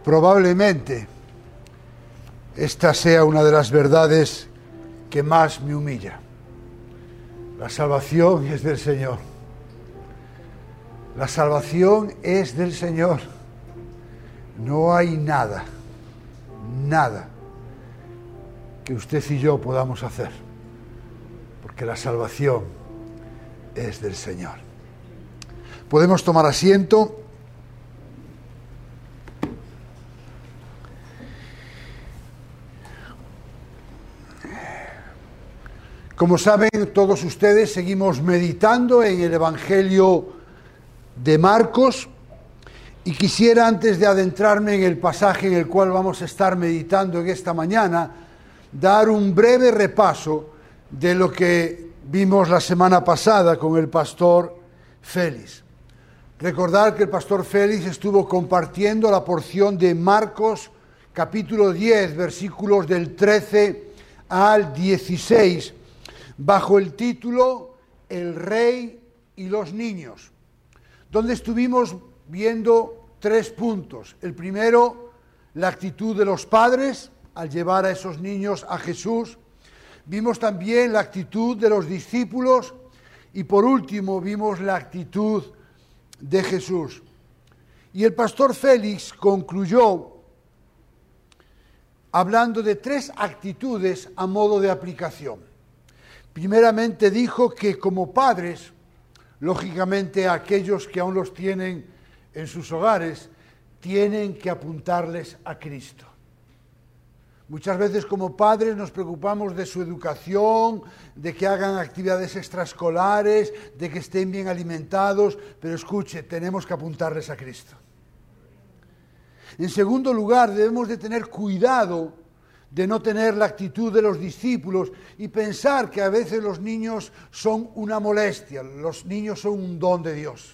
Probablemente esta sea una de las verdades que más me humilla. La salvación es del Señor. La salvación es del Señor. No hay nada que usted y yo podamos hacer, porque la salvación es del Señor. Podemos tomar asiento. Como saben todos ustedes, seguimos meditando en el Evangelio de Marcos y quisiera, antes de adentrarme en el pasaje en el cual vamos a estar meditando en esta mañana, dar un breve repaso de lo que vimos la semana pasada con el pastor Félix. Recordar que el pastor Félix estuvo compartiendo la porción de Marcos capítulo 10, versículos del 13 al 16, bajo el título El Rey y los Niños, donde estuvimos viendo 3 puntos. El primero, la actitud de los padres al llevar a esos niños a Jesús. Vimos también la actitud de los discípulos y por último vimos la actitud de Jesús. Y el pastor Félix concluyó hablando de 3 actitudes a modo de aplicación. Primeramente dijo que como padres, lógicamente aquellos que aún los tienen en sus hogares, tienen que apuntarles a Cristo. Muchas veces como padres nos preocupamos de su educación, de que hagan actividades extraescolares, de que estén bien alimentados, pero escuche, tenemos que apuntarles a Cristo. En segundo lugar, debemos de tener cuidado de no tener la actitud de los discípulos y pensar que a veces los niños son una molestia, los niños son un don de Dios.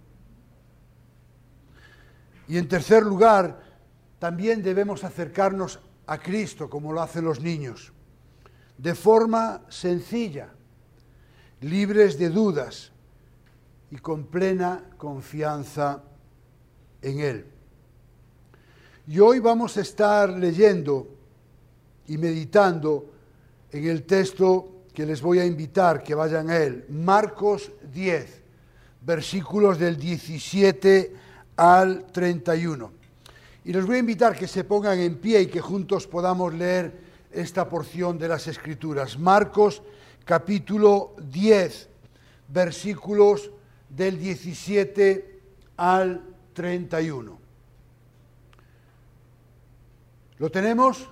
Y en tercer lugar, también debemos acercarnos a Cristo como lo hacen los niños, de forma sencilla, libres de dudas y con plena confianza en Él. Y hoy vamos a estar leyendo y meditando en el texto que les voy a invitar que vayan a él, Marcos 10, versículos del 17 al 31. Y les voy a invitar que se pongan en pie y que juntos podamos leer esta porción de las Escrituras. Marcos capítulo 10, versículos del 17 al 31. ¿Lo tenemos?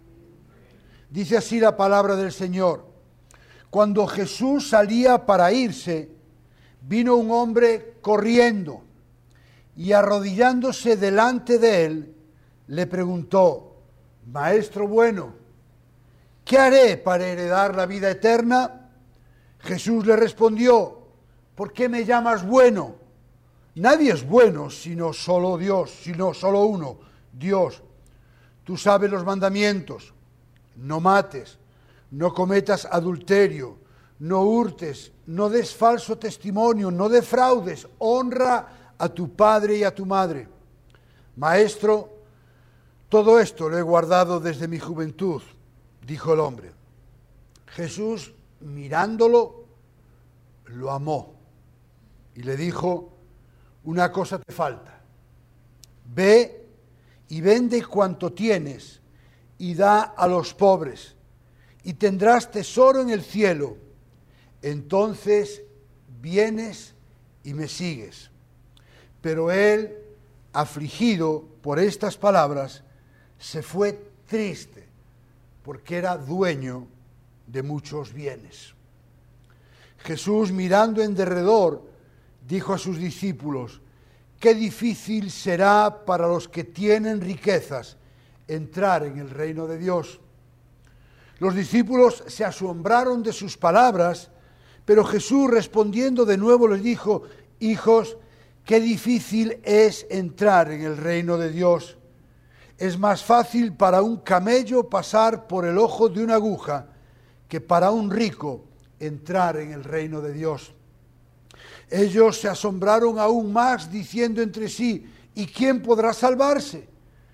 Dice así la palabra del Señor. Cuando Jesús salía para irse, vino un hombre corriendo y arrodillándose delante de él, le preguntó: Maestro bueno, ¿qué haré para heredar la vida eterna? Jesús le respondió: ¿por qué me llamas bueno? Nadie es bueno sino solo Dios, sino solo uno, Dios. Tú sabes los mandamientos. No mates, no cometas adulterio, no hurtes, no des falso testimonio, no defraudes, honra a tu padre y a tu madre. Maestro, todo esto lo he guardado desde mi juventud, dijo el hombre. Jesús, mirándolo, lo amó y le dijo: una cosa te falta. Ve y vende cuanto tienes y da a los pobres, y tendrás tesoro en el cielo. Entonces vienes y me sigues. Pero él, afligido por estas palabras, se fue triste, porque era dueño de muchos bienes. Jesús, mirando en derredor, dijo a sus discípulos: qué difícil será para los que tienen riquezas entrar en el reino de Dios. Los discípulos se asombraron de sus palabras, pero Jesús, respondiendo de nuevo, les dijo: hijos, qué difícil es entrar en el reino de Dios. Es más fácil para un camello pasar por el ojo de una aguja que para un rico entrar en el reino de Dios. Ellos se asombraron aún más, diciendo entre sí: ¿y quién podrá salvarse?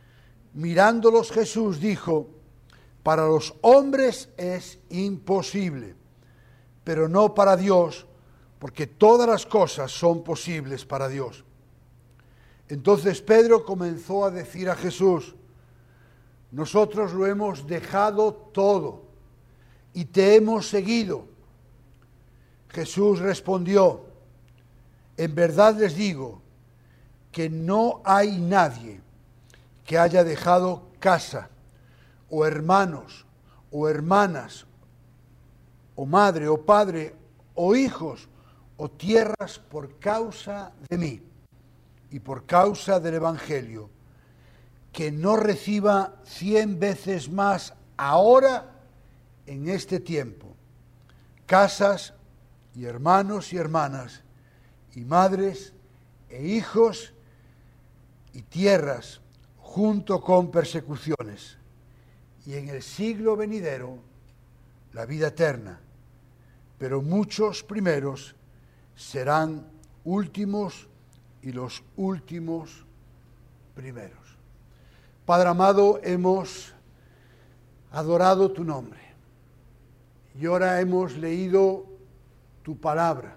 Mirándolos Jesús dijo: para los hombres es imposible, pero no para Dios, porque todas las cosas son posibles para Dios. Entonces Pedro comenzó a decir a Jesús: nosotros lo hemos dejado todo y te hemos seguido. Jesús respondió: en verdad les digo que no hay nadie que haya dejado casa, o hermanos, o hermanas, o madre, o padre, o hijos, o tierras por causa de mí y por causa del Evangelio, que no reciba 100 veces más ahora en este tiempo, casas y hermanos y hermanas, y madres e hijos y tierras, junto con persecuciones, y en el siglo venidero la vida eterna. Pero muchos primeros serán últimos y los últimos primeros. Padre amado, hemos adorado tu nombre y ahora hemos leído tu palabra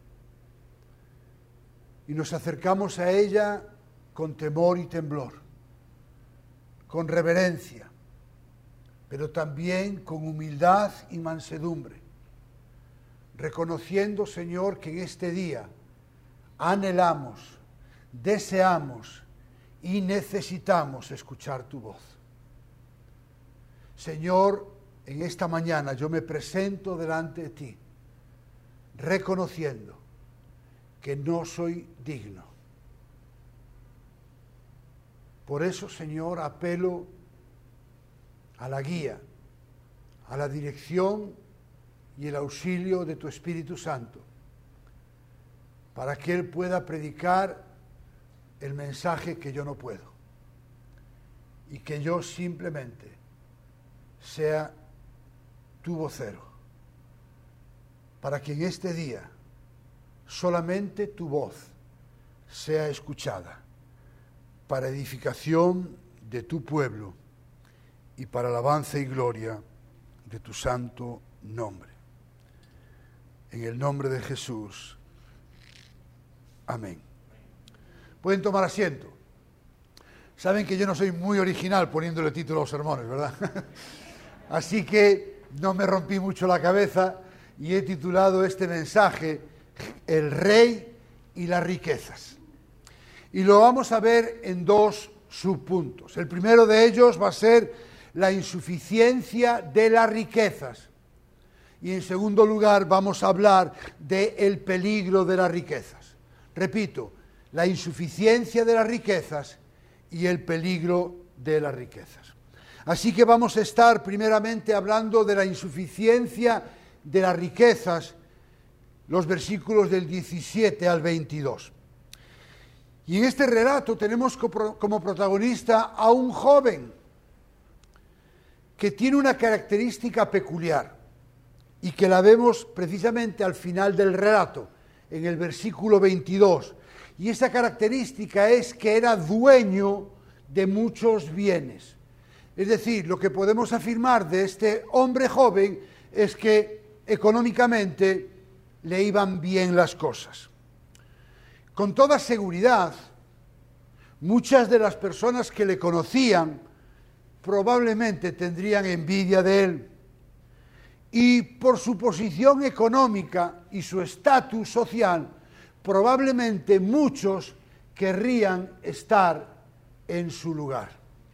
y nos acercamos a ella con temor y temblor, con reverencia, pero también con humildad y mansedumbre, reconociendo, Señor, que en este día anhelamos, deseamos y necesitamos escuchar tu voz. Señor, en esta mañana yo me presento delante de ti, reconociendo que no soy digno. Por eso, Señor, apelo a la guía, a la dirección y el auxilio de tu Espíritu Santo, para que Él pueda predicar el mensaje que yo no puedo, y que yo simplemente sea tu vocero, para que en este día solamente tu voz sea escuchada, para edificación de tu pueblo y para alabanza y gloria de tu santo nombre. En el nombre de Jesús. Amén. Pueden tomar asiento. Saben que yo no soy muy original poniéndole título a los sermones, ¿verdad? Así que no me rompí mucho la cabeza y he titulado este mensaje El Rey y las riquezas. Y lo vamos a ver en dos subpuntos. El primero de ellos va a ser la insuficiencia de las riquezas. Y en segundo lugar vamos a hablar del peligro de las riquezas. Repito, la insuficiencia de las riquezas y el peligro de las riquezas. Así que vamos a estar primeramente hablando de la insuficiencia de las riquezas, los versículos del 17 al 22. Y en este relato tenemos como protagonista a un joven que tiene una característica peculiar y que la vemos precisamente al final del relato, en el versículo 22. Y esa característica es que era dueño de muchos bienes. Es decir, lo que podemos afirmar de este hombre joven es que económicamente le iban bien las cosas. Con toda seguridad, muchas de las personas que le conocían probablemente tendrían envidia de él. Y por su posición económica y su estatus social, probablemente muchos querrían estar en su lugar.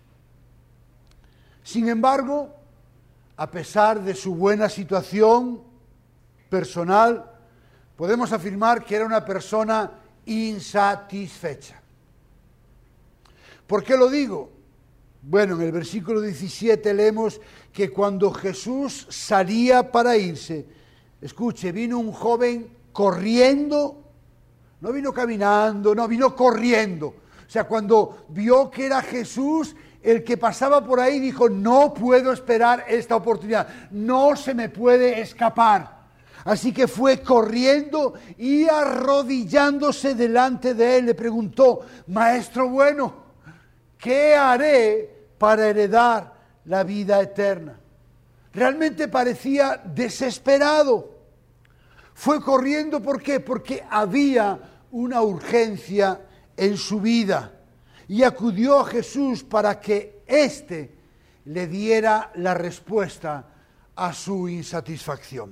Sin embargo, a pesar de su buena situación personal, podemos afirmar que era una persona insatisfecha. ¿Por qué lo digo? Bueno, en el versículo 17 leemos que cuando Jesús salía para irse, escuche, vino un joven corriendo, no vino caminando, no, vino corriendo. O sea, cuando vio que era Jesús el que pasaba por ahí, dijo: no puedo esperar esta oportunidad, no se me puede escapar. Así que fue corriendo y arrodillándose delante de él, le preguntó: Maestro bueno, ¿qué haré para heredar la vida eterna. Realmente parecía desesperado. Fue corriendo, ¿por qué? Porque había una urgencia en su vida y acudió a Jesús para que éste le diera la respuesta a su insatisfacción.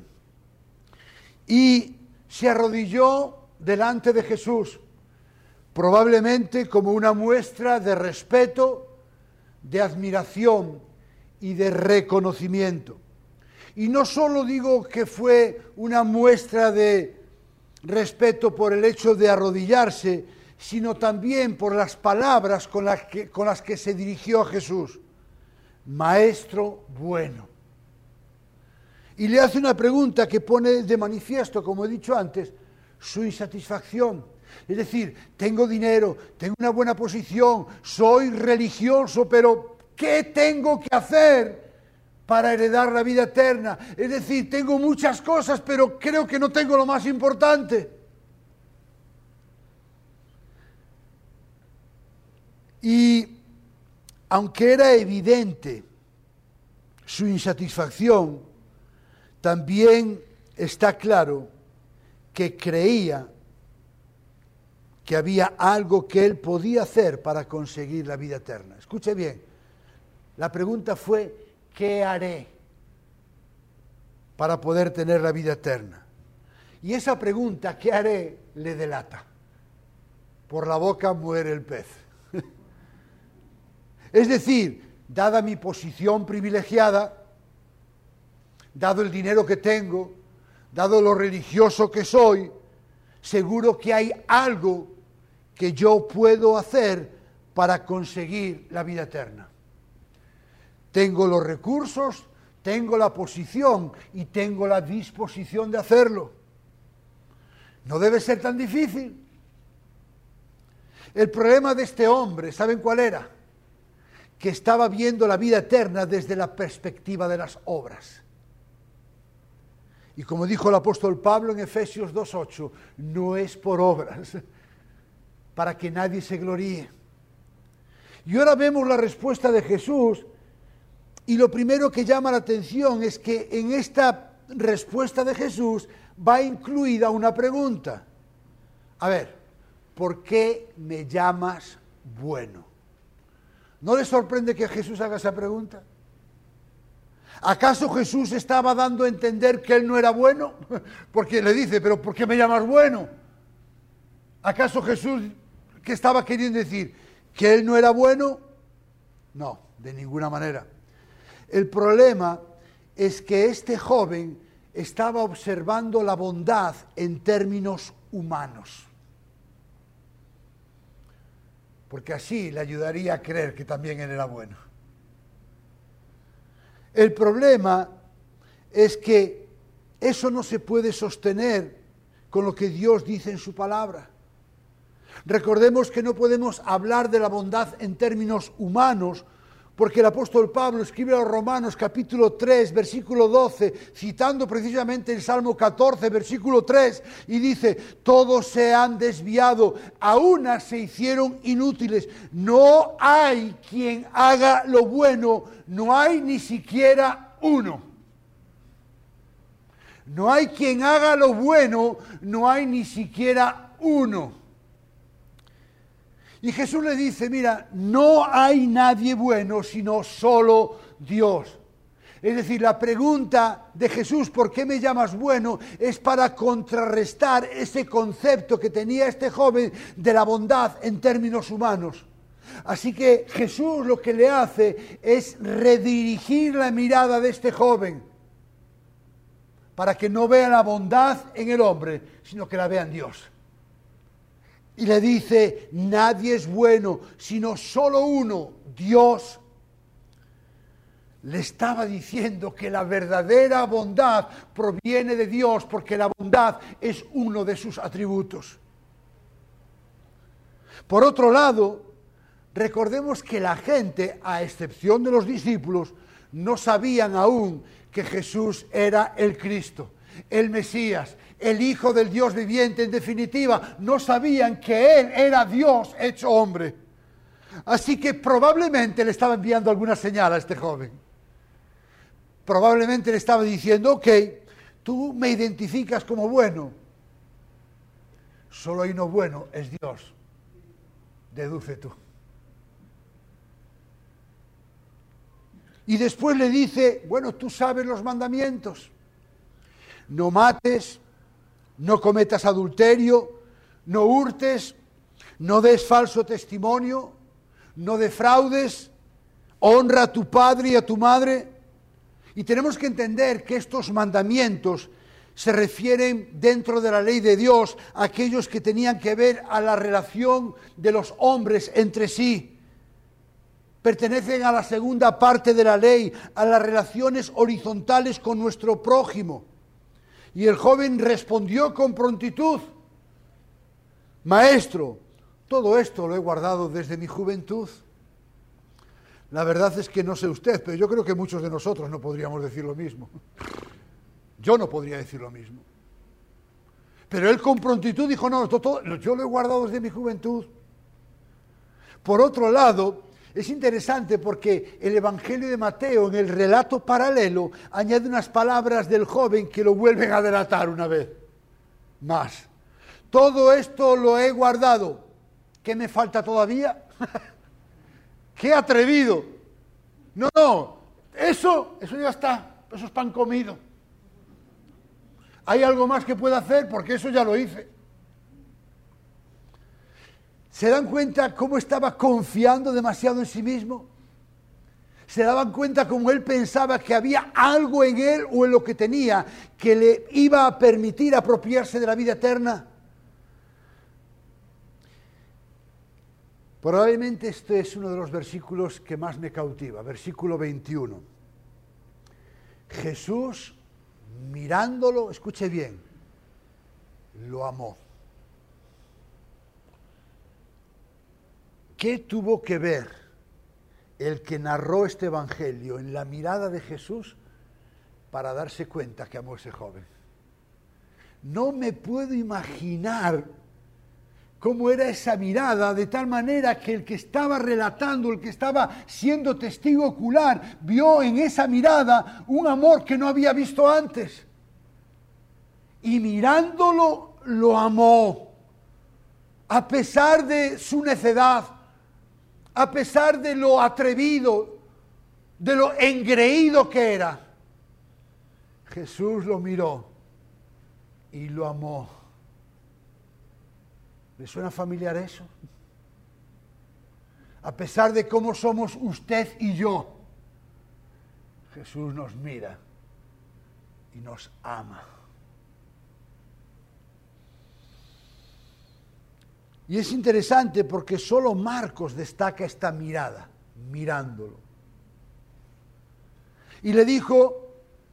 Y se arrodilló delante de Jesús, probablemente como una muestra de respeto, de admiración y de reconocimiento. Y no solo digo que fue una muestra de respeto por el hecho de arrodillarse, sino también por las palabras con las que se dirigió a Jesús. Maestro bueno. Y le hace una pregunta que pone de manifiesto, como he dicho antes, su insatisfacción. Es decir, tengo dinero, tengo una buena posición, soy religioso, pero ¿qué tengo que hacer para heredar la vida eterna? Es decir, tengo muchas cosas, pero creo que no tengo lo más importante. Y aunque era evidente su insatisfacción, también está claro que creía que había algo que él podía hacer para conseguir la vida eterna. Escuche bien, la pregunta fue, ¿qué haré para poder tener la vida eterna? Y esa pregunta, ¿qué haré?, le delata. Por la boca muere el pez. Es decir, dada mi posición privilegiada, dado el dinero que tengo, dado lo religioso que soy, seguro que hay algo que yo puedo hacer para conseguir la vida eterna. Tengo los recursos, tengo la posición y tengo la disposición de hacerlo. No debe ser tan difícil. El problema de este hombre, ¿saben cuál era? Que estaba viendo la vida eterna desde la perspectiva de las obras. Y como dijo el apóstol Pablo en Efesios 2:8, no es por obras, para que nadie se gloríe. Y ahora vemos la respuesta de Jesús, y lo primero que llama la atención es que en esta respuesta de Jesús va incluida una pregunta. A ver, ¿por qué me llamas bueno? ¿No le sorprende que Jesús haga esa pregunta? ¿Acaso Jesús estaba dando a entender que él no era bueno? Porque le dice, ¿pero por qué me llamas bueno? ¿Acaso Jesús, qué estaba queriendo decir? ¿Que él no era bueno? No, de ninguna manera. El problema es que este joven estaba observando la bondad en términos humanos. Porque así le ayudaría a creer que también él era bueno. El problema es que eso no se puede sostener con lo que Dios dice en su palabra. Recordemos que no podemos hablar de la bondad en términos humanos, porque el apóstol Pablo escribe a los Romanos capítulo 3, versículo 12, citando precisamente el Salmo 14, versículo 3, y dice, todos se han desviado, a unas se hicieron inútiles, no hay quien haga lo bueno, no hay ni siquiera uno. No hay quien haga lo bueno, no hay ni siquiera uno. Y Jesús le dice, mira, no hay nadie bueno, sino solo Dios. Es decir, la pregunta de Jesús, ¿por qué me llamas bueno?, es para contrarrestar ese concepto que tenía este joven de la bondad en términos humanos. Así que Jesús lo que le hace es redirigir la mirada de este joven para que no vea la bondad en el hombre, sino que la vea en Dios. Y le dice, nadie es bueno, sino solo uno, Dios. Le estaba diciendo que la verdadera bondad proviene de Dios, porque la bondad es uno de sus atributos. Por otro lado, recordemos que la gente, a excepción de los discípulos, no sabían aún que Jesús era el Cristo, el Mesías, el Hijo del Dios viviente. En definitiva, no sabían que Él era Dios hecho hombre. Así que probablemente le estaba enviando alguna señal a este joven. Probablemente le estaba diciendo, ok, tú me identificas como bueno. Solo hay uno bueno, es Dios. Deduce tú. Y después le dice, bueno, tú sabes los mandamientos. No mates, no cometas adulterio, no hurtes, no des falso testimonio, no defraudes, honra a tu padre y a tu madre. Y tenemos que entender que estos mandamientos se refieren dentro de la ley de Dios a aquellos que tenían que ver a la relación de los hombres entre sí. Pertenecen a la segunda parte de la ley, a las relaciones horizontales con nuestro prójimo. Y el joven respondió con prontitud, Maestro, todo esto lo he guardado desde mi juventud. La verdad es que no sé usted, pero yo creo que muchos de nosotros no podríamos decir lo mismo. Yo no podría decir lo mismo. Pero él con prontitud dijo, no, yo lo he guardado desde mi juventud. Por otro lado, es interesante porque el Evangelio de Mateo, en el relato paralelo, añade unas palabras del joven que lo vuelven a delatar una vez más. Todo esto lo he guardado. ¿Qué me falta todavía? ¡Qué atrevido! No, eso ya está, eso es pan comido. ¿Hay algo más que pueda hacer? Porque eso ya lo hice. ¿Se dan cuenta cómo estaba confiando demasiado en sí mismo? ¿Se daban cuenta cómo él pensaba que había algo en él o en lo que tenía que le iba a permitir apropiarse de la vida eterna? Probablemente este es uno de los versículos que más me cautiva, versículo 21. Jesús, mirándolo, escuche bien, lo amó. ¿Qué tuvo que ver el que narró este evangelio en la mirada de Jesús para darse cuenta que amó a ese joven? No me puedo imaginar cómo era esa mirada, de tal manera que el que estaba relatando, el que estaba siendo testigo ocular, vio en esa mirada un amor que no había visto antes. Y mirándolo, lo amó, a pesar de su necedad, a pesar de lo atrevido, de lo engreído que era. Jesús lo miró y lo amó. ¿Le suena familiar eso? A pesar de cómo somos usted y yo, Jesús nos mira y nos ama. Y es interesante porque solo Marcos destaca esta mirada, mirándolo. Y le dijo,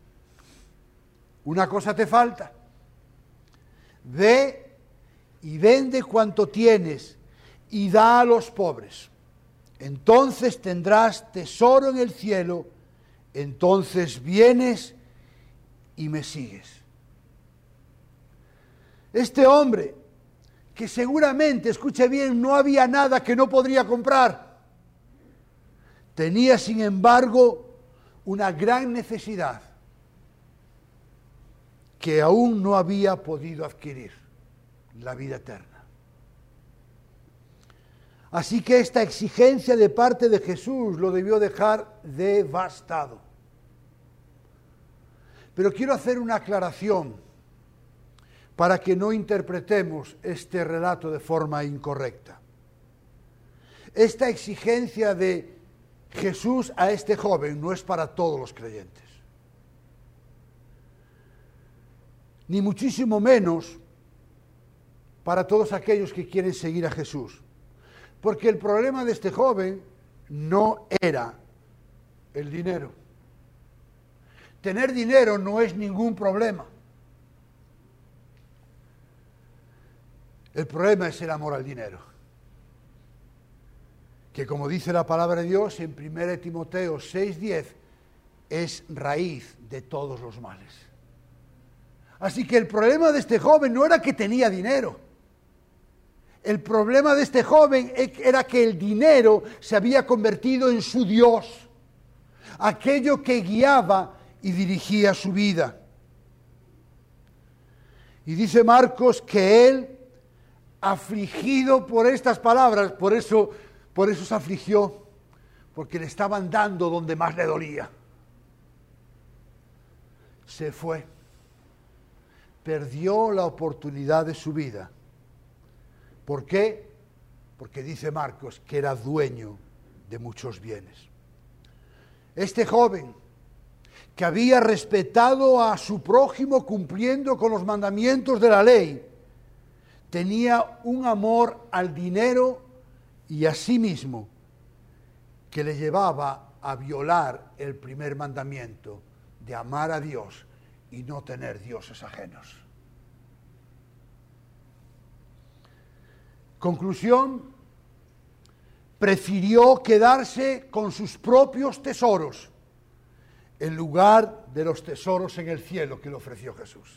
una cosa te falta, ve y vende cuanto tienes y da a los pobres. Entonces tendrás tesoro en el cielo, entonces vienes y me sigues. Este hombre, que seguramente, escuche bien, no había nada que no podría comprar, tenía sin embargo una gran necesidad que aún no había podido adquirir: la vida eterna. Así que esta exigencia de parte de Jesús lo debió dejar devastado. Pero quiero hacer una aclaración para que no interpretemos este relato de forma incorrecta. Esta exigencia de Jesús a este joven no es para todos los creyentes, ni muchísimo menos para todos aquellos que quieren seguir a Jesús. Porque el problema de este joven no era el dinero. Tener dinero no es ningún problema. El problema es el amor al dinero, que, como dice la palabra de Dios en 1 Timoteo 6:10, es raíz de todos los males. Así que el problema de este joven no era que tenía dinero. El problema de este joven era que el dinero se había convertido en su Dios, aquello que guiaba y dirigía su vida. Y dice Marcos que él, afligido por estas palabras, por eso se afligió, porque le estaban dando donde más le dolía. Se fue. Perdió la oportunidad de su vida. ¿Por qué? Porque dice Marcos que era dueño de muchos bienes. Este joven, que había respetado a su prójimo cumpliendo con los mandamientos de la ley, tenía un amor al dinero y a sí mismo que le llevaba a violar el primer mandamiento de amar a Dios y no tener dioses ajenos. Conclusión, prefirió quedarse con sus propios tesoros en lugar de los tesoros en el cielo que le ofreció Jesús.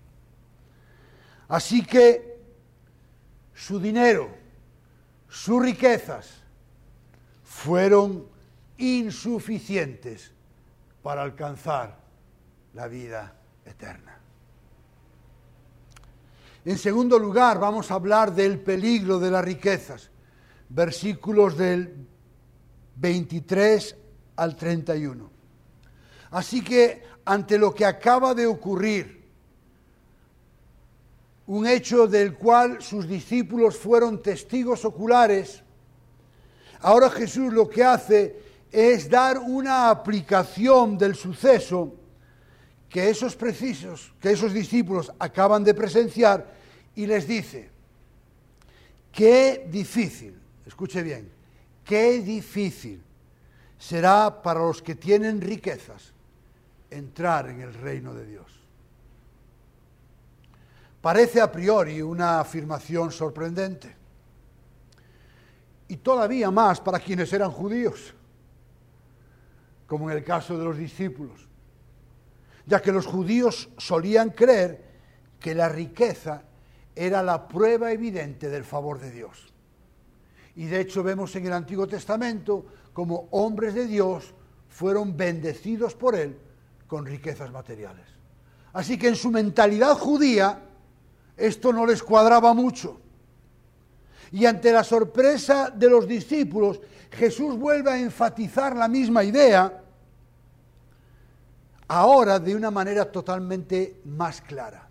Así que su dinero, sus riquezas fueron insuficientes para alcanzar la vida eterna. En segundo lugar, vamos a hablar del peligro de las riquezas, versículos del 23 al 31. Así que, ante lo que acaba de ocurrir, un hecho del cual sus discípulos fueron testigos oculares, ahora Jesús lo que hace es dar una aplicación del suceso que esos discípulos acaban de presenciar, y les dice: qué difícil, escuche bien, qué difícil será para los que tienen riquezas entrar en el reino de Dios. Parece a priori una afirmación sorprendente, y todavía más para quienes eran judíos, como en el caso de los discípulos, ya que los judíos solían creer que la riqueza era la prueba evidente del favor de Dios. Y de hecho vemos en el Antiguo Testamento como hombres de Dios fueron bendecidos por Él con riquezas materiales. Así que en su mentalidad judía esto no les cuadraba mucho. Y ante la sorpresa de los discípulos, Jesús vuelve a enfatizar la misma idea, ahora de una manera totalmente más clara.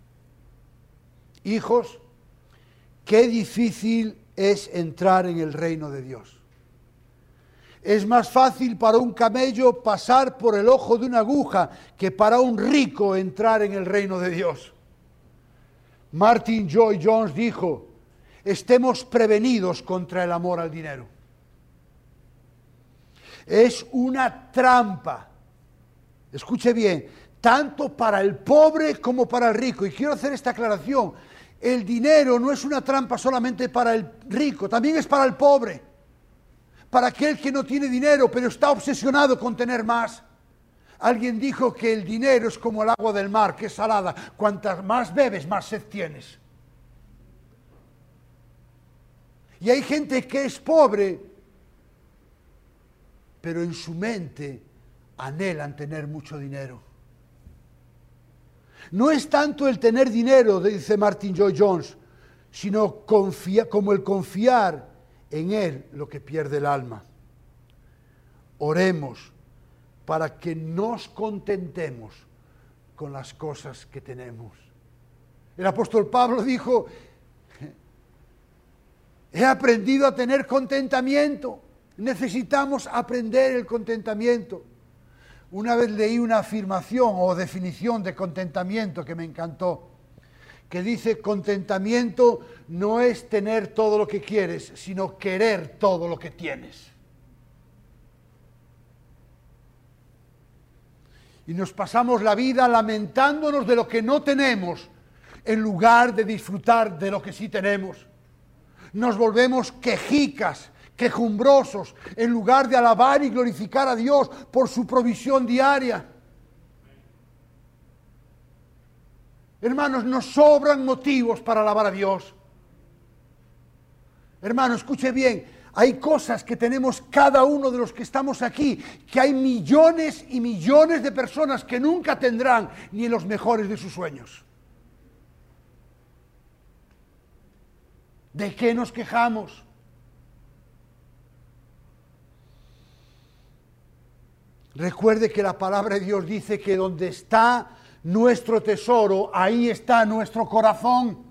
Hijos, qué difícil es entrar en el reino de Dios. Es más fácil para un camello pasar por el ojo de una aguja que para un rico entrar en el reino de Dios. Martin Lloyd-Jones dijo: estemos prevenidos contra el amor al dinero. Es una trampa. Escuche bien, tanto para el pobre como para el rico. Y quiero hacer esta aclaración: el dinero no es una trampa solamente para el rico, también es para el pobre, para aquel que no tiene dinero pero está obsesionado con tener más. Alguien dijo que el dinero es como el agua del mar, que es salada. Cuantas más bebes, más sed tienes. Y hay gente que es pobre, pero en su mente anhelan tener mucho dinero. No es tanto el tener dinero, dice Martin Lloyd-Jones, sino como el confiar en Él lo que pierde el alma. Oremos para que nos contentemos con las cosas que tenemos. El apóstol Pablo dijo: he aprendido a tener contentamiento. Necesitamos aprender el contentamiento. Una vez leí una afirmación o definición de contentamiento que me encantó, que dice: contentamiento no es tener todo lo que quieres, sino querer todo lo que tienes. Y nos pasamos la vida lamentándonos de lo que no tenemos, en lugar de disfrutar de lo que sí tenemos. Nos volvemos quejicas, quejumbrosos, en lugar de alabar y glorificar a Dios por su provisión diaria. Hermanos, nos sobran motivos para alabar a Dios. Hermano, escuche bien, hay cosas que tenemos cada uno de los que estamos aquí, que hay millones y millones de personas que nunca tendrán ni en los mejores de sus sueños. ¿De qué nos quejamos? Recuerde que la palabra de Dios dice que donde está nuestro tesoro, ahí está nuestro corazón.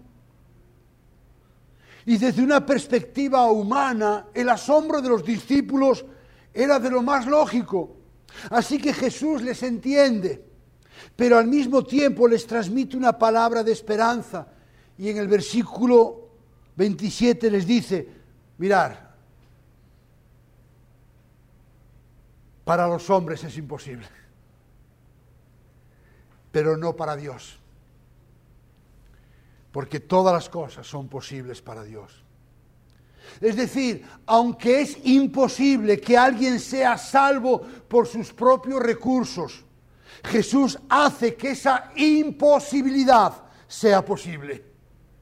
Y desde una perspectiva humana, el asombro de los discípulos era de lo más lógico. Así que Jesús les entiende, pero al mismo tiempo les transmite una palabra de esperanza. Y en el versículo 27 les dice, mirad, para los hombres es imposible, pero no para Dios. Porque todas las cosas son posibles para Dios. Es decir, aunque es imposible que alguien sea salvo por sus propios recursos, Jesús hace que esa imposibilidad sea posible.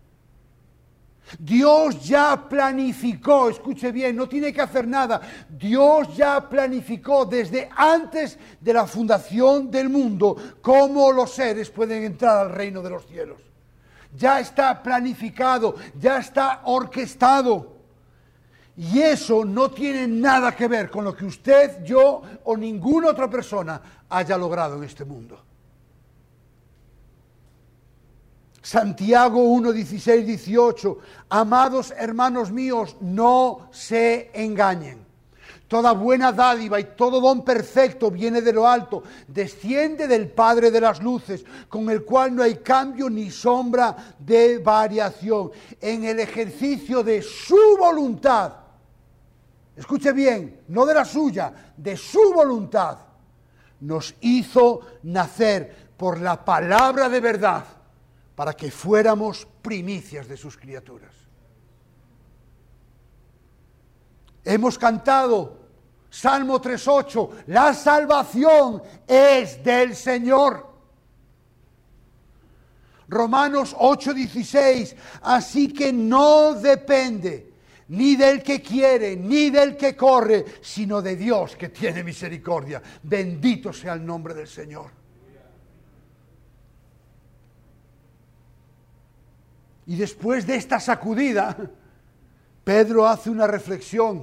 Dios ya planificó, escuche bien, no tiene que hacer nada. Dios ya planificó desde antes de la fundación del mundo cómo los seres pueden entrar al reino de los cielos. Ya está planificado, ya está orquestado. Y eso no tiene nada que ver con lo que usted, yo o ninguna otra persona haya logrado en este mundo. Santiago 1, 16, 18. Amados hermanos míos, no se engañen. Toda buena dádiva y todo don perfecto viene de lo alto, desciende del Padre de las luces, con el cual no hay cambio ni sombra de variación. En el ejercicio de su voluntad, escuche bien, no de la suya, de su voluntad, nos hizo nacer por la palabra de verdad, para que fuéramos primicias de sus criaturas. Hemos cantado Salmo 3:8, la salvación es del Señor. Romanos 8:16, así que no depende ni del que quiere, ni del que corre, sino de Dios que tiene misericordia. Bendito sea el nombre del Señor. Y después de esta sacudida, Pedro hace una reflexión.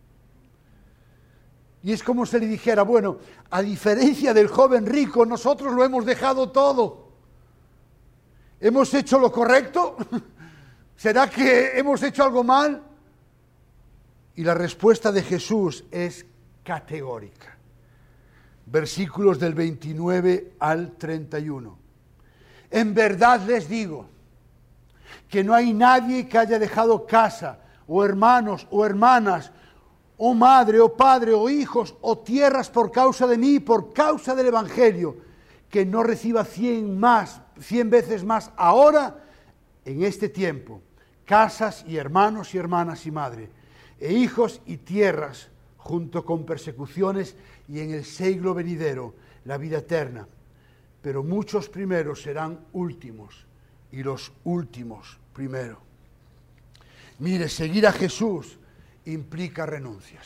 Y es como si le dijera, bueno, a diferencia del joven rico, nosotros lo hemos dejado todo. ¿Hemos hecho lo correcto? ¿Será que hemos hecho algo mal? Y la respuesta de Jesús es categórica. Versículos del 29 al 31. En verdad les digo que no hay nadie que haya dejado casa, o hermanos, o hermanas, o madre, o padre, o hijos, o tierras por causa de mí, por causa del Evangelio, que no reciba 100 veces más ahora, en este tiempo, casas y hermanos y hermanas y madre, e hijos y tierras, junto con persecuciones, y en el siglo venidero, la vida eterna. Pero muchos primeros serán últimos, y los últimos primero. Mire, seguir a Jesús implica renuncias.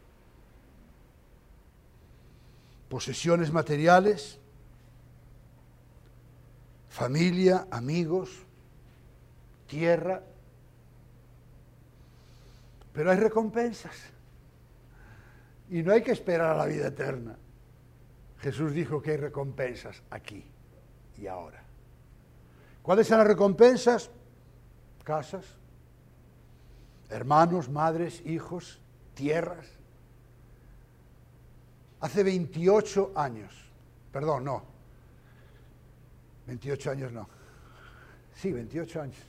Posesiones materiales, familia, amigos, tierra. Pero hay recompensas. Y no hay que esperar a la vida eterna. Jesús dijo que hay recompensas aquí y ahora. ¿Cuáles son las recompensas? Casas, hermanos, madres, hijos, tierras. Hace 28 años, perdón, no, 28 años no, sí, 28 años.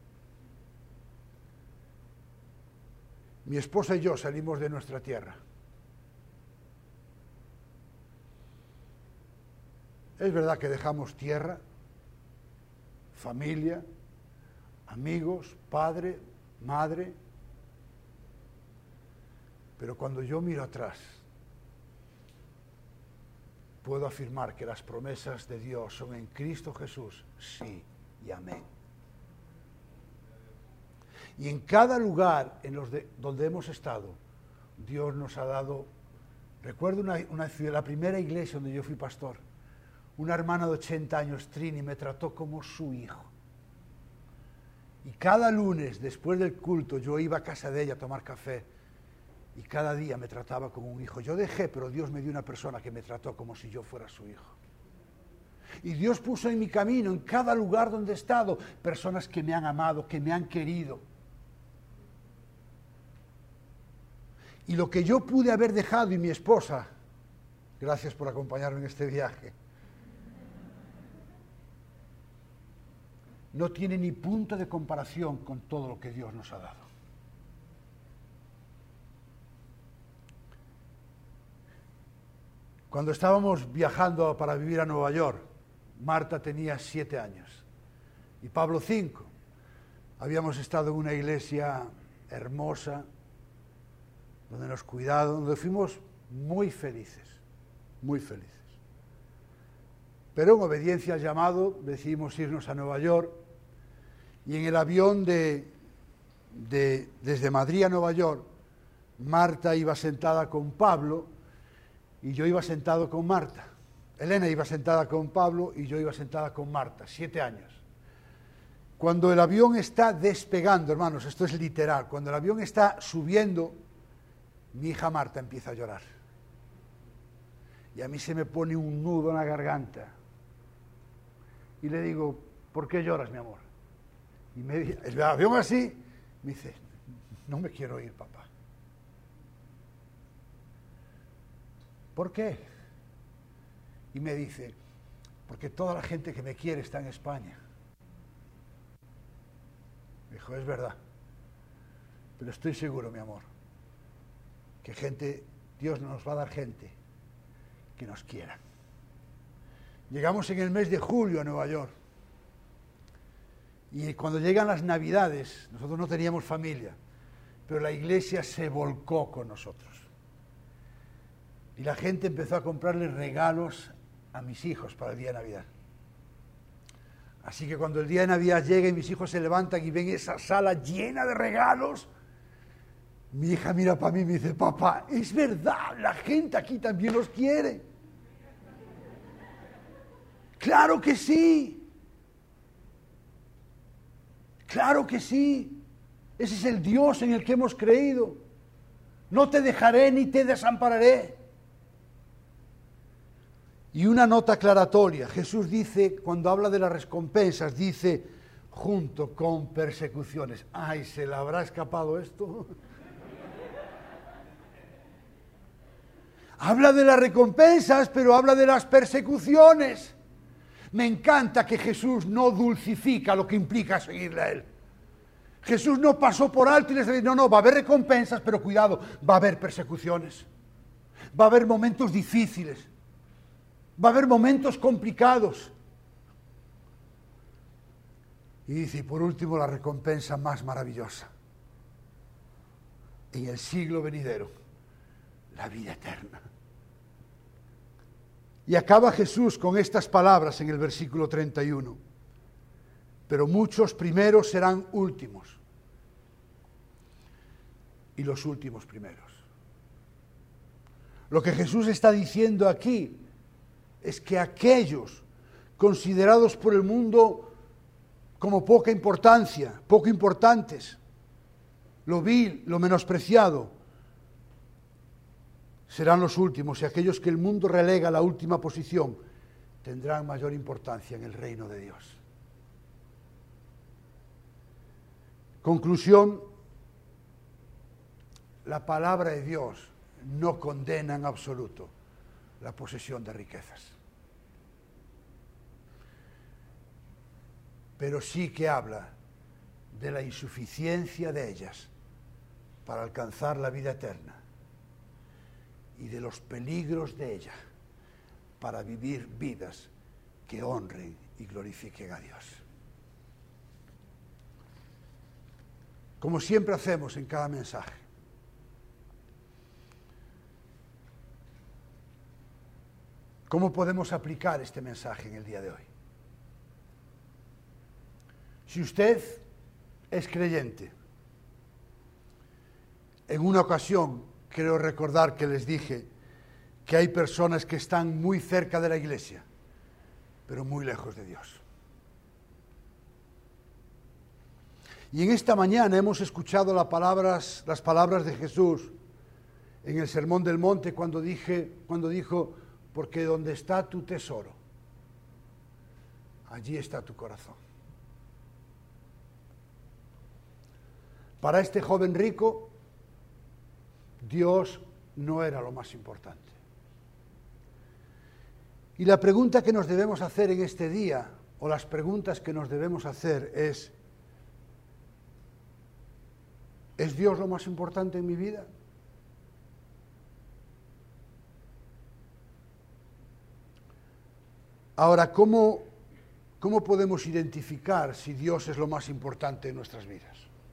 Mi esposa y yo salimos de nuestra tierra. Es verdad que dejamos tierra, familia, amigos, padre, madre, pero cuando yo miro atrás, puedo afirmar que las promesas de Dios son en Cristo Jesús, sí y amén. Y en cada lugar donde hemos estado, Dios nos ha dado. Recuerdo una ciudad, la primera iglesia donde yo fui pastor, una hermana de 80 años, Trini, me trató como su hijo. Y cada lunes, después del culto, yo iba a casa de ella a tomar café. Y cada día me trataba como un hijo. Yo dejé, pero Dios me dio una persona que me trató como si yo fuera su hijo. Y Dios puso en mi camino, en cada lugar donde he estado, personas que me han amado, que me han querido. Y lo que yo pude haber dejado, y mi esposa, gracias por acompañarme en este viaje, no tiene ni punto de comparación con todo lo que Dios nos ha dado. Cuando estábamos viajando para vivir a Nueva York, Marta tenía 7 años y Pablo 5. Habíamos estado en una iglesia hermosa, donde nos cuidaron, donde fuimos muy felices, muy felices. Pero en obediencia al llamado decidimos irnos a Nueva York y en el avión desde Madrid a Nueva York, Marta iba sentada con Pablo y yo iba sentado con Marta. Elena iba sentada con Pablo y yo iba sentada con Marta, 7 años. Cuando el avión está despegando, hermanos, esto es literal, cuando el avión está subiendo, mi hija Marta empieza a llorar. Y a mí se me pone un nudo en la garganta. Y le digo, ¿por qué lloras, mi amor? Y el avión así, me dice, no me quiero ir, papá. ¿Por qué? Y me dice, porque toda la gente que me quiere está en España. Me dijo, es verdad, pero estoy seguro, mi amor, que Dios nos va a dar gente que nos quiera. Llegamos en el mes de julio a Nueva York. Y cuando llegan las Navidades, nosotros no teníamos familia, pero la iglesia se volcó con nosotros. Y la gente empezó a comprarle regalos a mis hijos para el día de Navidad. Así que cuando el día de Navidad llega y mis hijos se levantan y ven esa sala llena de regalos, mi hija mira para mí y me dice, papá, es verdad, la gente aquí también los quiere. Claro que sí. Claro que sí. Ese es el Dios en el que hemos creído. No te dejaré ni te desampararé. Y una nota aclaratoria. Jesús dice, cuando habla de las recompensas, dice, junto con persecuciones. Ay, ¿se le habrá escapado esto? Habla de las recompensas, pero habla de las persecuciones. Me encanta que Jesús no dulcifica lo que implica seguirle a Él. Jesús no pasó por alto y les dijo, no, va a haber recompensas, pero cuidado, va a haber persecuciones. Va a haber momentos difíciles. Va a haber momentos complicados. Y dice, y por último, la recompensa más maravillosa. En el siglo venidero, la vida eterna. Y acaba Jesús con estas palabras en el versículo 31. Pero muchos primeros serán últimos. Y los últimos primeros. Lo que Jesús está diciendo aquí es que aquellos considerados por el mundo como poca importancia, poco importantes, lo vil, lo menospreciado, serán los últimos, y aquellos que el mundo relega a la última posición tendrán mayor importancia en el reino de Dios. Conclusión, la palabra de Dios no condena en absoluto la posesión de riquezas, pero sí que habla de la insuficiencia de ellas para alcanzar la vida eterna y de los peligros de ella para vivir vidas que honren y glorifiquen a Dios. Como siempre hacemos en cada mensaje, ¿cómo podemos aplicar este mensaje en el día de hoy? Si usted es creyente, En una ocasión, creo recordar que les dije que hay personas que están muy cerca de la iglesia, pero muy lejos de Dios. Y en esta mañana hemos escuchado las palabras de Jesús en el Sermón del Monte cuando dijo, porque donde está tu tesoro, allí está tu corazón. Para este joven rico, Dios no era lo más importante. Y la pregunta que nos debemos hacer en este día, o las preguntas que nos debemos hacer ¿es Dios lo más importante en mi vida? Ahora, ¿cómo podemos identificar si Dios es lo más importante en nuestras vidas?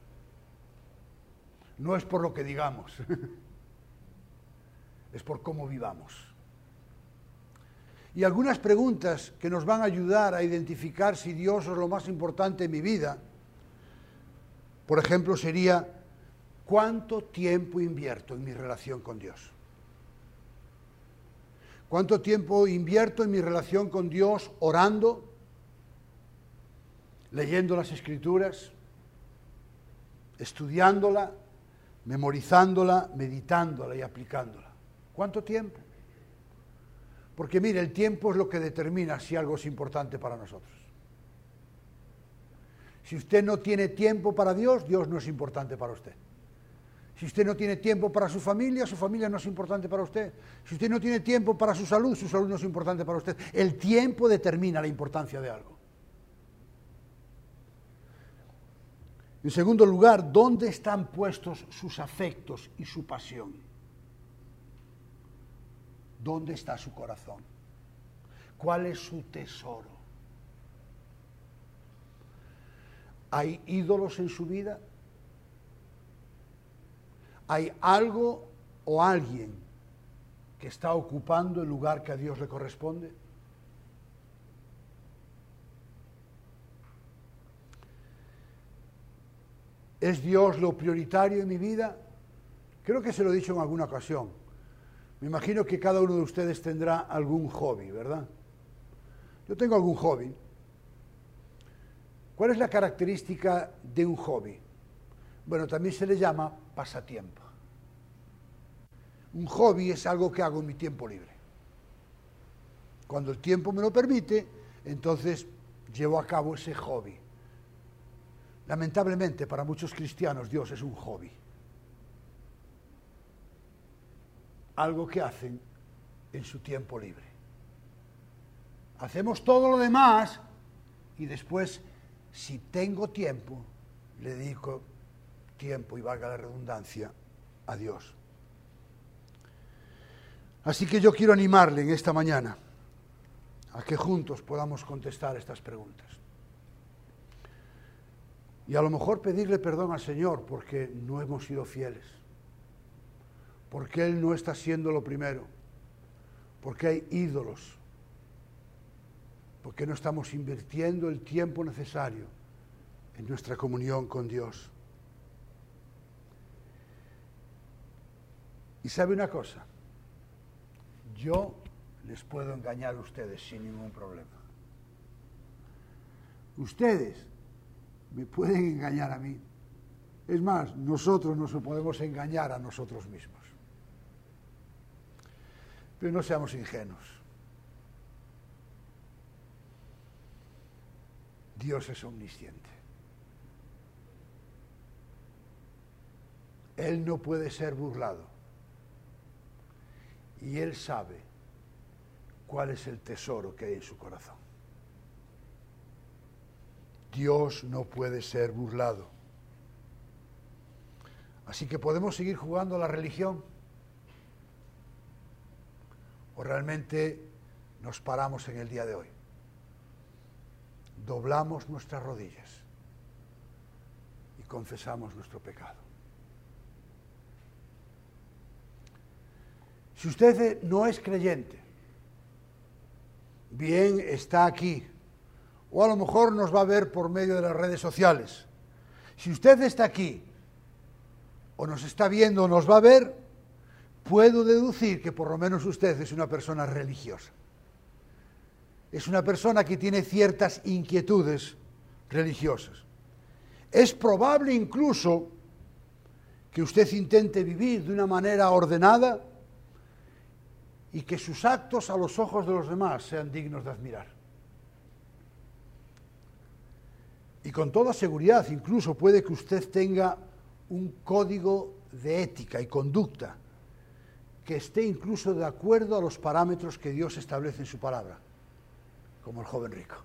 No es por lo que digamos, es por cómo vivamos. Y algunas preguntas que nos van a ayudar a identificar si Dios es lo más importante en mi vida, por ejemplo, sería, ¿cuánto tiempo invierto en mi relación con Dios? ¿Cuánto tiempo invierto en mi relación con Dios orando, leyendo las Escrituras, estudiándola, memorizándola, meditándola y aplicándola? ¿Cuánto tiempo? Porque mire, el tiempo es lo que determina si algo es importante para nosotros. Si usted no tiene tiempo para Dios, Dios no es importante para usted. Si usted no tiene tiempo para su familia no es importante para usted. Si usted no tiene tiempo para su salud no es importante para usted. El tiempo determina la importancia de algo. En segundo lugar, ¿dónde están puestos sus afectos y su pasión? ¿Dónde está su corazón? ¿Cuál es su tesoro? ¿Hay ídolos en su vida? ¿Hay algo o alguien que está ocupando el lugar que a Dios le corresponde? ¿Es Dios lo prioritario en mi vida? Creo que se lo he dicho en alguna ocasión. Me imagino que cada uno de ustedes tendrá algún hobby, ¿verdad? Yo tengo algún hobby. ¿Cuál es la característica de un hobby? Bueno, también se le llama pasatiempo. Un hobby es algo que hago en mi tiempo libre. Cuando el tiempo me lo permite, entonces llevo a cabo ese hobby. Lamentablemente, para muchos cristianos, Dios es un hobby. Algo que hacen en su tiempo libre. Hacemos todo lo demás y después, si tengo tiempo, le dedico tiempo, y valga la redundancia, a Dios. Así que yo quiero animarle en esta mañana a que juntos podamos contestar estas preguntas. Y a lo mejor pedirle perdón al Señor porque no hemos sido fieles. Porque Él no está siendo lo primero, porque hay ídolos, porque no estamos invirtiendo el tiempo necesario en nuestra comunión con Dios. Y sabe una cosa, yo les puedo engañar a ustedes sin ningún problema. Ustedes me pueden engañar a mí. Es más, nosotros nos podemos engañar a nosotros mismos. Pero no seamos ingenuos. Dios es omnisciente. Él no puede ser burlado. Y Él sabe cuál es el tesoro que hay en su corazón. Dios no puede ser burlado. Así que podemos seguir jugando a la religión. ¿O realmente nos paramos en el día de hoy? Doblamos nuestras rodillas y confesamos nuestro pecado. Si usted no es creyente, bien está aquí, o a lo mejor nos va a ver por medio de las redes sociales. Si usted está aquí o nos está viendo o nos va a ver, puedo deducir que por lo menos usted es una persona religiosa. Es una persona que tiene ciertas inquietudes religiosas. Es probable incluso que usted intente vivir de una manera ordenada y que sus actos a los ojos de los demás sean dignos de admirar. Y con toda seguridad incluso puede que usted tenga un código de ética y conducta que esté incluso de acuerdo a los parámetros que Dios establece en su palabra, como el joven rico.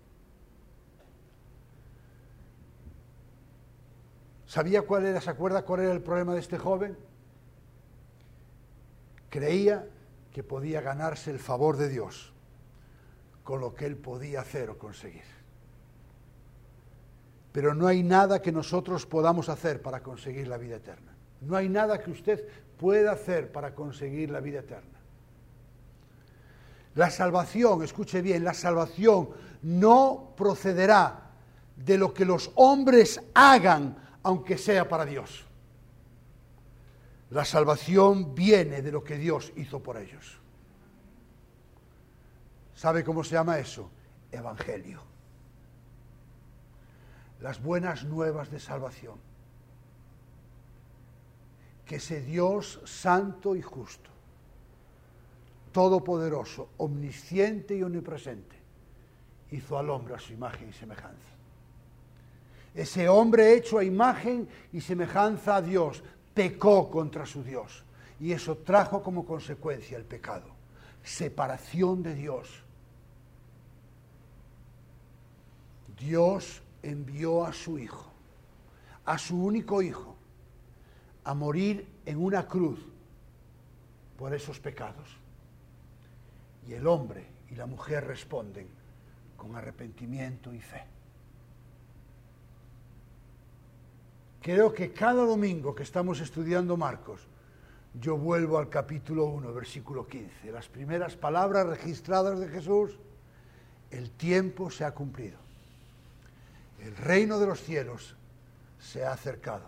¿Se acuerda cuál era el problema de este joven? Creía que podía ganarse el favor de Dios con lo que él podía hacer o conseguir. Pero no hay nada que nosotros podamos hacer para conseguir la vida eterna. No hay nada que usted pueda hacer para conseguir la vida eterna. La salvación, escuche bien, la salvación no procederá de lo que los hombres hagan, aunque sea para Dios. La salvación viene de lo que Dios hizo por ellos. ¿Sabe cómo se llama eso? Evangelio. Las buenas nuevas de salvación. Que ese Dios santo y justo, todopoderoso, omnisciente y omnipresente, hizo al hombre a su imagen y semejanza. Ese hombre hecho a imagen y semejanza a Dios pecó contra su Dios, y eso trajo como consecuencia el pecado, separación de Dios. Dios envió a su Hijo, a su único Hijo, a morir en una cruz por esos pecados. Y el hombre y la mujer responden con arrepentimiento y fe. Creo que cada domingo que estamos estudiando Marcos, yo vuelvo al capítulo 1, versículo 15. Las primeras palabras registradas de Jesús: el tiempo se ha cumplido. El reino de los cielos se ha acercado.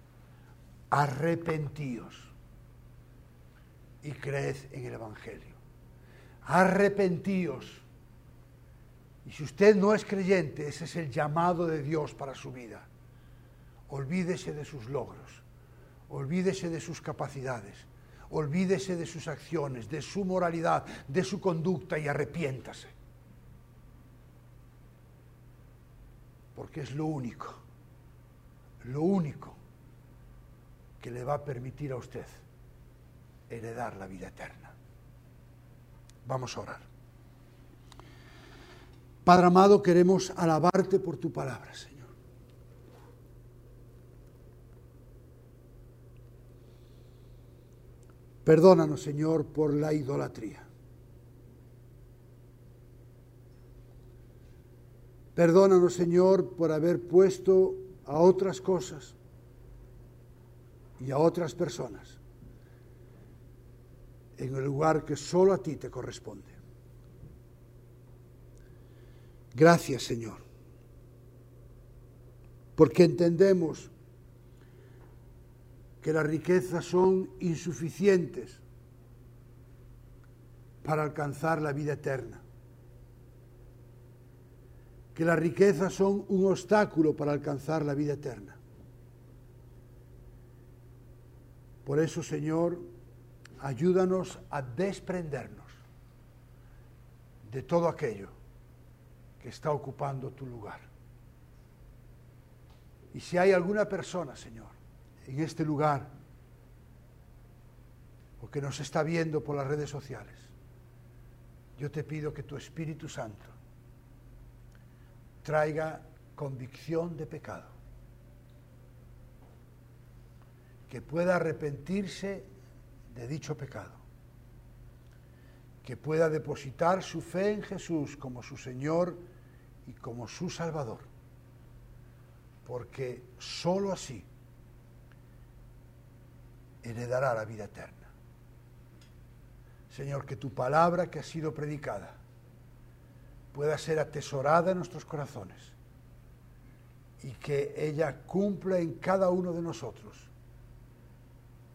Arrepentíos y creed en el Evangelio. Arrepentíos. Y si usted no es creyente, ese es el llamado de Dios para su vida. Olvídese de sus logros, olvídese de sus capacidades, olvídese de sus acciones, de su moralidad, de su conducta y arrepiéntase. Porque es lo único que le va a permitir a usted heredar la vida eterna. Vamos a orar. Padre amado, queremos alabarte por tu palabra, Señor. Perdónanos, Señor, por la idolatría. Perdónanos, Señor, por haber puesto a otras cosas y a otras personas en el lugar que solo a ti te corresponde. Gracias, Señor, porque entendemos que las riquezas son insuficientes para alcanzar la vida eterna, que las riquezas son un obstáculo para alcanzar la vida eterna. Por eso, Señor, ayúdanos a desprendernos de todo aquello que está ocupando tu lugar. Y si hay alguna persona, Señor, en este lugar, o que nos está viendo por las redes sociales, yo te pido que tu Espíritu Santo traiga convicción de pecado, que pueda arrepentirse de dicho pecado, que pueda depositar su fe en Jesús como su Señor y como su Salvador, porque sólo así heredará la vida eterna. Señor, que tu palabra que ha sido predicada pueda ser atesorada en nuestros corazones y que ella cumpla en cada uno de nosotros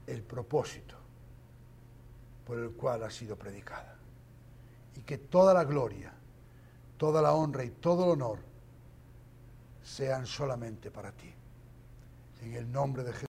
el propósito por el cual ha sido predicada. Y que toda la gloria, toda la honra y todo el honor sean solamente para ti. En el nombre de Jesús.